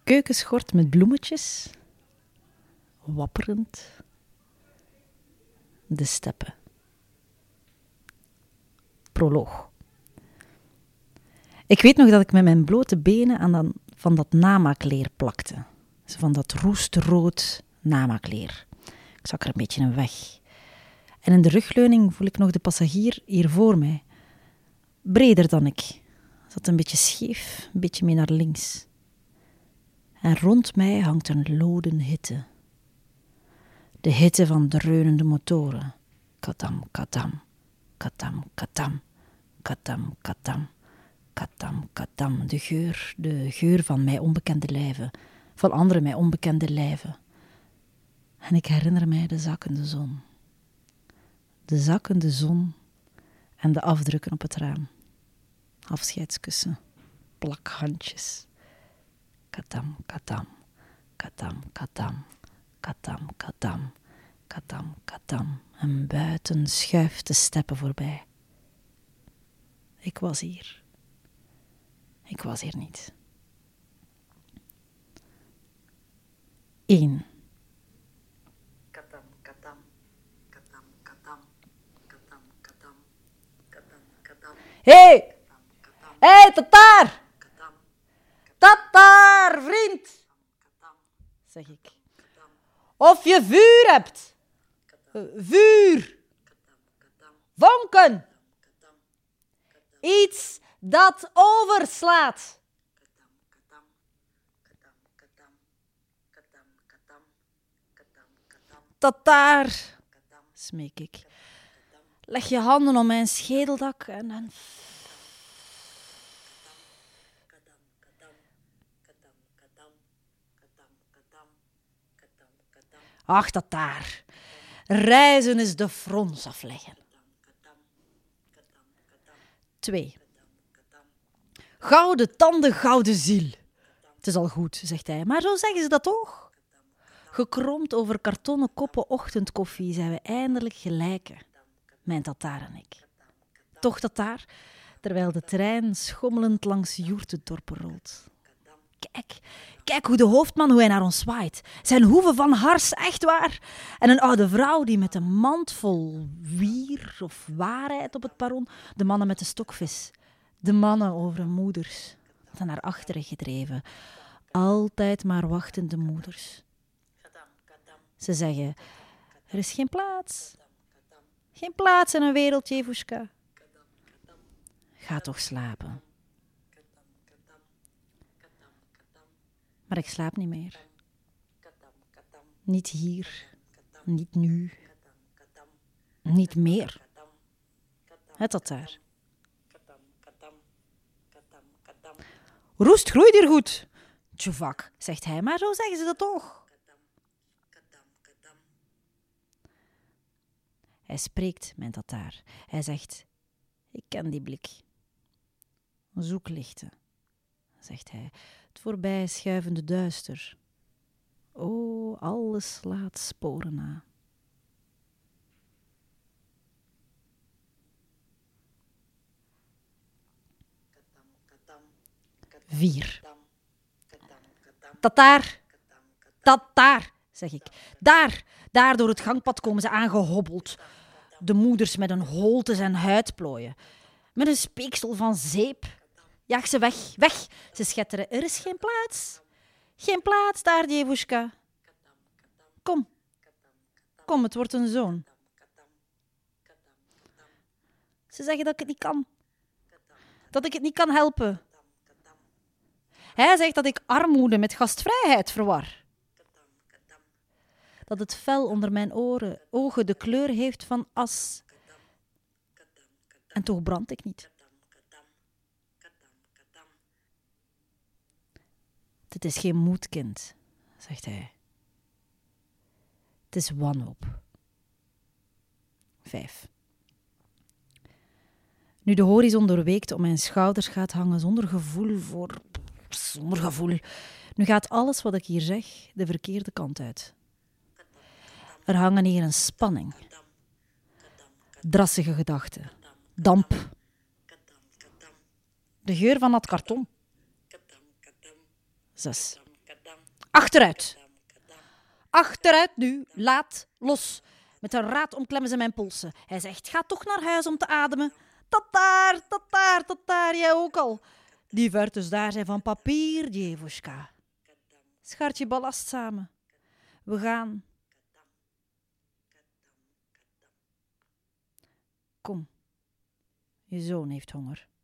keukenschort met bloemetjes, wapperend, de steppen. Proloog. Ik weet nog dat ik met mijn blote benen van dat namaakleer plakte. Van dat roestrood namaakleer. Ik zak er een beetje in weg. En in de rugleuning voel ik nog de passagier hier voor mij. Breder dan ik. Zat een beetje scheef, een beetje mee naar links. En rond mij hangt een loden hitte. De hitte van dreunende motoren. Katam, katam, katam, katam, katam, katam, katam, katam. De geur van mij onbekende lijven, van andere mij onbekende lijven. En ik herinner mij de zakkende zon. De zakkende zon en de afdrukken op het raam. Afscheidskussen, plakhandjes. Katam, katam, katam, katam, katam, katam, katam, katam. En buiten schuift de steppen voorbij. Ik was hier. Ik was hier niet. 1. Katam, katam, katam, katam, katam, katam, katam, katam. Hé! Katam, Hé, Tataar! katam, Tataar, vriend! katam, Zeg ik. katam, Of je vuur hebt. Vuur. katam, katam, Vonken. katam, Iets dat overslaat. katam, katam, katam, katam, katam, katam, katam, katam, Tataar, katam, smeek ik. Leg je handen om mijn schedeldak en katam, katam, katam, katam, katam, katam, katam, katam, ach, Tataar. Reizen is de frons afleggen. katam, katam, katam, 2. katam, Gouden tanden, gouden ziel. Het is al goed, zegt hij, maar zo zeggen ze dat toch? Gekromd over kartonnen koppen ochtendkoffie zijn we eindelijk gelijken, mijn Tataar en ik. Toch, Tataar, terwijl de trein schommelend langs joertendorpen rolt. Kijk hoe de hoofdman, hoe hij naar ons zwaait. Zijn hoeven van hars, echt waar. En een oude vrouw die met een mand vol wier of waarheid op het perron. De mannen met de stokvis. De mannen over hun moeders. Zijn naar achteren gedreven. Altijd maar wachtende moeders. Ze zeggen, er is geen plaats. Geen plaats in een wereld, Jevushka. Ga toch slapen. Maar ik slaap niet meer. Niet hier. Niet nu. Niet meer. Het Tataar. Roest groeit hier goed. Tjuvak, zegt hij, maar zo zeggen ze dat toch. Hij spreekt, mijn Tataar. Hij zegt, ik ken die blik. Zoeklichten, zegt hij, het voorbij schuivende duister. O, alles laat sporen na. Vier. Tataar, Tataar, zeg ik. Daar door het gangpad komen ze aangehobbeld. De moeders met hun holtes en huidplooien. Met een speeksel van zeep. Jaag ze weg, weg. Ze schetteren. Er is geen plaats. Geen plaats daar, Jevushka. Kom. Kom, het wordt een zoon. Ze zeggen dat ik het niet kan. Dat ik het niet kan helpen. Hij zegt dat ik armoede met gastvrijheid verwar. Dat het vel onder mijn ogen de kleur heeft van as. En toch brand ik niet. Dit is geen moedkind, zegt hij. Het is wanhoop. 5. Nu de horizon doorweekt om mijn schouders gaat hangen zonder gevoel. Nu gaat alles wat ik hier zeg de verkeerde kant uit. Er hangen hier een spanning. Drassige gedachten. Damp. De geur van dat karton. 6. Achteruit. kadam, kadam, Achteruit nu. Laat los. Met een raad omklemmen ze mijn polsen. Hij zegt, ga toch naar huis om te ademen. Dat daar, jij ook al. Die vertes daar zijn van papier, Djevushka. kadam, Schart je ballast samen. We gaan. kadam, kadam, kadam. Kom. Je zoon heeft honger.